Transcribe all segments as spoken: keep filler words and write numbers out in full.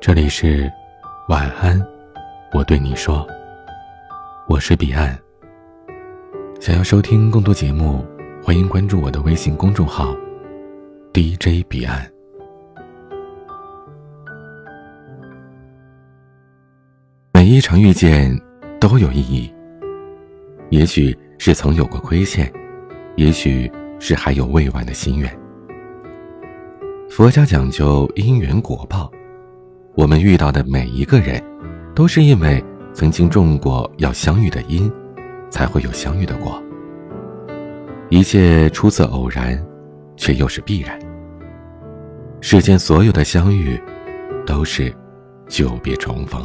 这里是晚安，我对你说，我是彼岸。想要收听更多节目，欢迎关注我的微信公众号 D J 彼岸。每一场遇见都有意义，也许是曾有过亏欠，也许是还有未完的心愿。佛家讲究因缘果报，我们遇到的每一个人都是因为曾经种过要相遇的因，才会有相遇的果。一切初次偶然，却又是必然。世间所有的相遇都是久别重逢。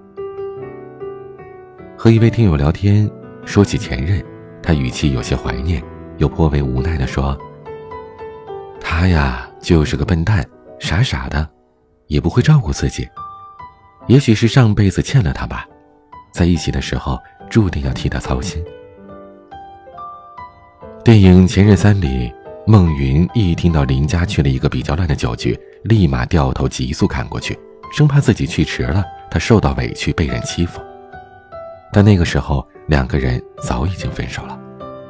和一位听友聊天，说起前任，他语气有些怀念，又颇为无奈地说，他呀就是个笨蛋，傻傻的，也不会照顾自己。也许是上辈子欠了他吧，在一起的时候注定要替他操心。电影《前任三》里，孟云一听到林家去了一个比较乱的酒局，立马掉头急速赶过去，生怕自己去迟了，他受到委屈被人欺负。但那个时候两个人早已经分手了。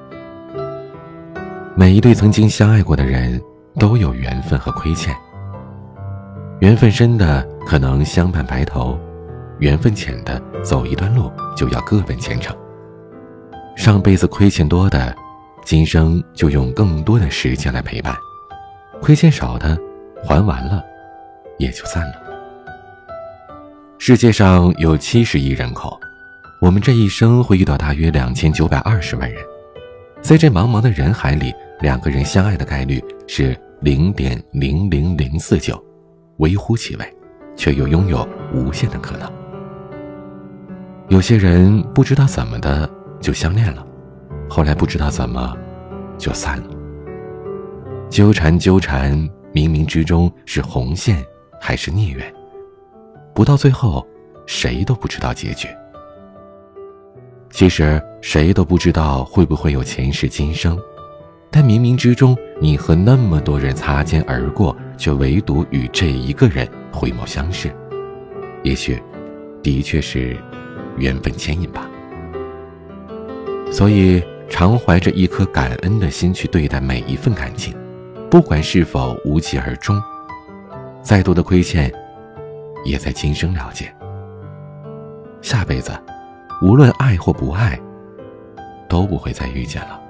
每一对曾经相爱过的人都有缘分和亏欠，缘分深的可能相伴白头，缘分浅的走一段路就要各奔前程。上辈子亏欠多的，今生就用更多的时间来陪伴，亏欠少的还完了也就散了。世界上有七十亿人口，我们这一生会遇到大约两千九百二十万人，在这茫茫的人海里，两个人相爱的概率是零点零零零四九，微乎其微，却又拥有无限的可能。有些人不知道怎么的就相恋了，后来不知道怎么就散了。纠缠纠缠，冥冥之中是红线还是孽缘，不到最后谁都不知道结局。其实谁都不知道会不会有前世今生，但冥冥之中你和那么多人擦肩而过，却唯独与这一个人回眸相视，也许的确是缘分牵引吧。所以常怀着一颗感恩的心去对待每一份感情，不管是否无疾而终，再多的亏欠也在今生了结。下辈子无论爱或不爱，都不会再遇见了。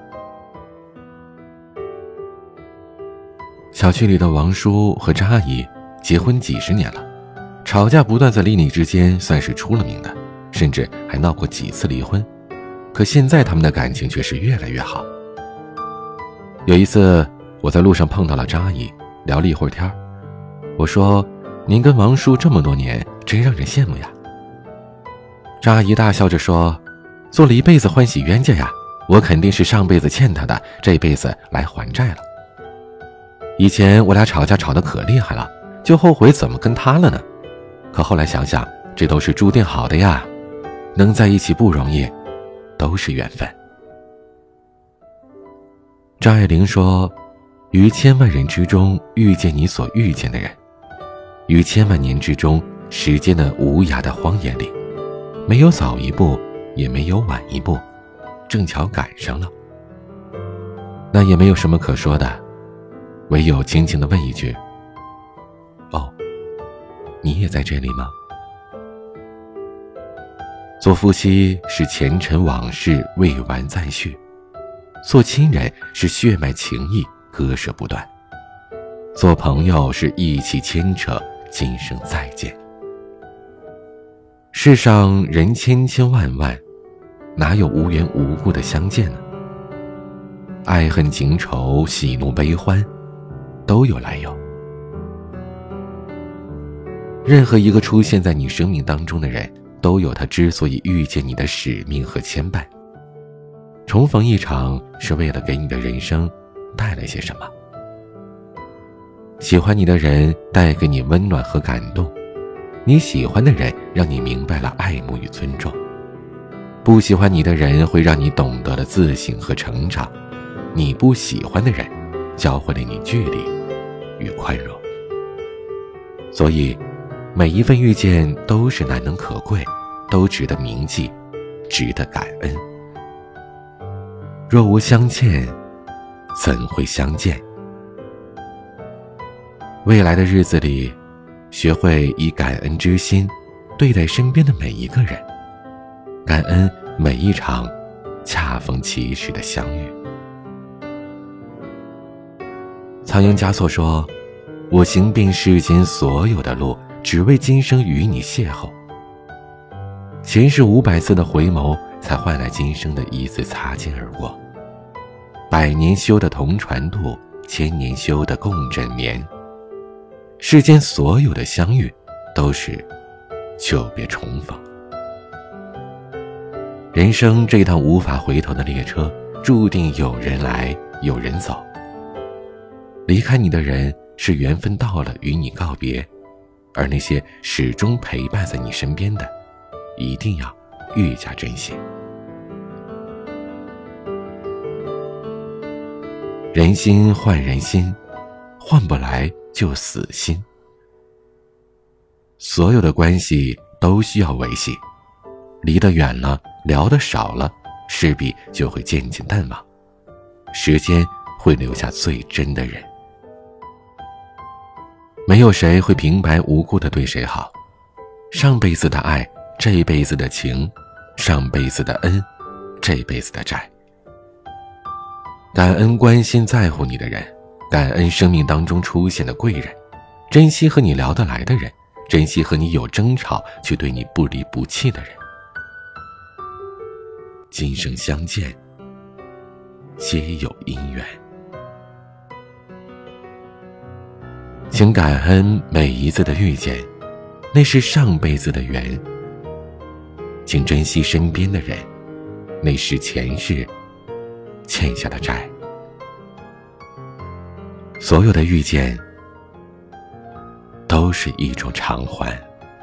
小区里的王叔和张阿姨结婚几十年了，吵架不断在邻里之间算是出了名的，甚至还闹过几次离婚。可现在他们的感情却是越来越好。有一次我在路上碰到了张阿姨，聊了一会儿天，我说，您跟王叔这么多年，真让人羡慕呀。张阿姨大笑着说，做了一辈子欢喜冤家呀，我肯定是上辈子欠他的，这辈子来还债了。以前我俩吵架吵得可厉害了，就后悔怎么跟他了呢？可后来想想，这都是注定好的呀，能在一起不容易，都是缘分。张爱玲说，于千万人之中遇见你所遇见的人，于千万年之中时间的无涯的荒野里，没有早一步，也没有晚一步，正巧赶上了。那也没有什么可说的，唯有轻轻地问一句，哦，你也在这里吗？做夫妻是前尘往事未完再续，做亲人是血脉情谊割舍不断，做朋友是一起牵扯今生再见。世上人千千万万，哪有无缘无故的相见呢？爱恨情仇喜怒悲欢都有来由。任何一个出现在你生命当中的人，都有他之所以遇见你的使命和牵绊。重逢一场是为了给你的人生带来些什么。喜欢你的人带给你温暖和感动，你喜欢的人让你明白了爱慕与尊重，不喜欢你的人会让你懂得了自省和成长，你不喜欢的人教会了你距离与宽容。所以每一份遇见都是难能可贵，都值得铭记，值得感恩。若无相欠，怎会相见？未来的日子里，学会以感恩之心对待身边的每一个人，感恩每一场恰逢其时的相遇。仓央嘉措说，我行遍世间所有的路，只为今生与你邂逅。前世五百次的回眸，才换来今生的一次擦肩而过。百年修的同船渡，千年修的共枕眠。世间所有的相遇，都是久别重逢。人生这趟无法回头的列车，注定有人来，有人走。离开你的人，是缘分到了与你告别，而那些始终陪伴在你身边的，一定要愈加珍惜。人心换人心，换不来就死心。所有的关系都需要维系，离得远了，聊得少了，势必就会渐渐淡忘。时间会留下最真的人。没有谁会平白无故地对谁好，上辈子的爱，这辈子的情，上辈子的恩，这辈子的债。感恩关心在乎你的人，感恩生命当中出现的贵人，珍惜和你聊得来的人，珍惜和你有争吵却对你不离不弃的人。今生相见，皆有因缘。请感恩每一次的遇见，那是上辈子的缘。请珍惜身边的人，那是前世欠下的债。所有的遇见都是一种偿还。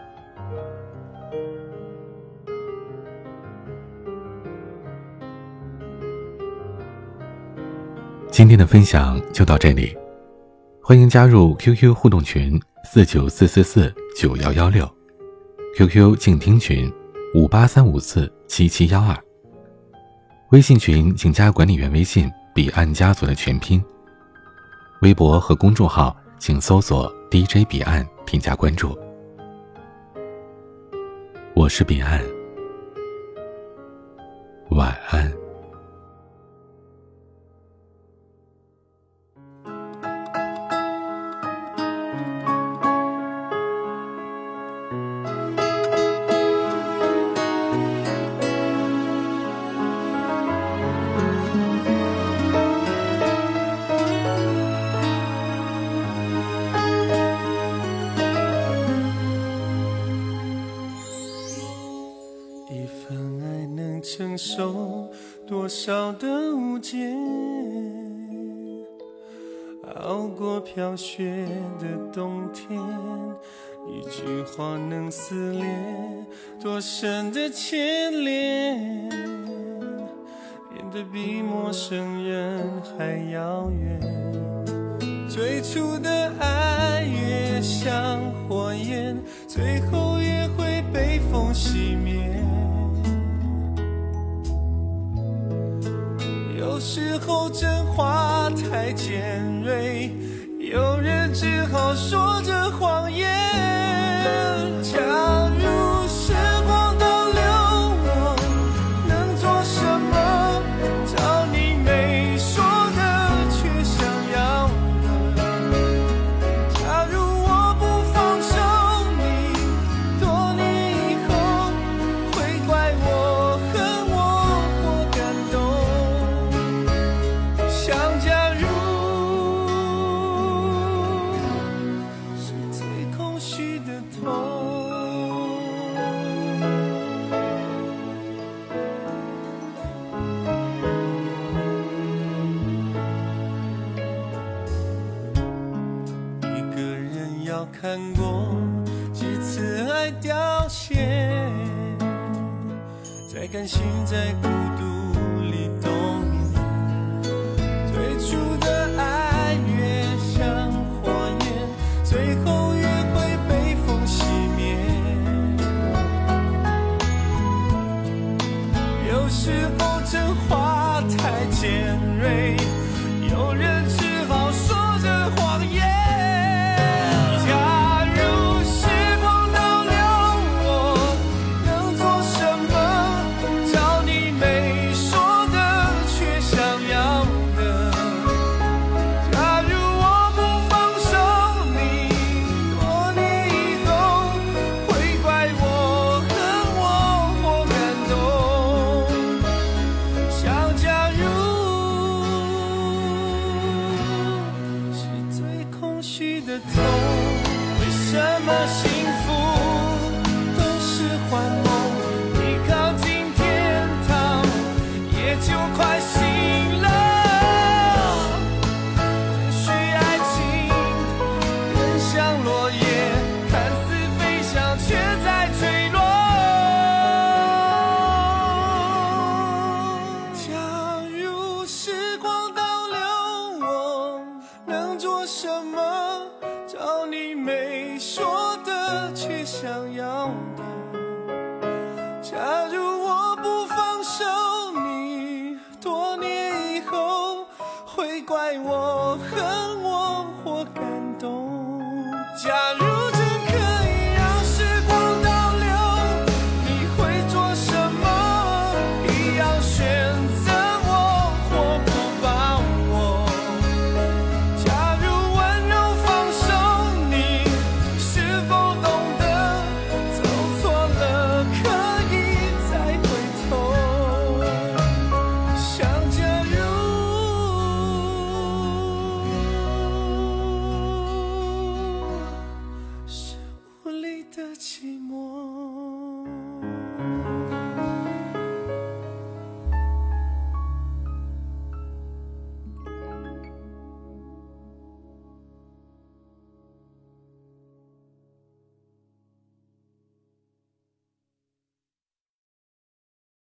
今天的分享就到这里，欢迎加入 Q Q 互动群四九四四四九一一六 Q Q 静听群五八三五四七七一二，微信群请加管理员微信彼岸家族的全拼，微博和公众号请搜索 D J 彼岸添加关注。我是彼岸，晚安。 承受多少的误解，熬过飘雪的冬天，一句话能撕裂多深的牵连，变得比陌生人还遥远。最初的爱越像火焰，最后也会被风熄灭。有时候真话太尖锐，有人只好说着谎言。假如时光倒流，我能做什么？找你没说的却想要的。假如我不放手，你多年以后会怪我恨我或感动。想假如是最空虚的痛。一个人要看过几次爱凋谢，再甘心在孤独里冬眠。最初的爱越像火焰，最后越会被风熄灭。 尖锐，有人只好说着谎言。假如时光倒流，我能做什么？找你没说的，却想要的。假如我不放手你，多年以后会怪我恨我或感动。想假如是最空虚的痛，为什么幸福都是幻梦？你靠近天堂，也就快醒了。也许爱情更像落叶，看似飞翔，却在坠落。假如时光倒流，我能做什么？找你没说的，却想要的。假如我不放手你，多年以后会怪我恨我或感动。假如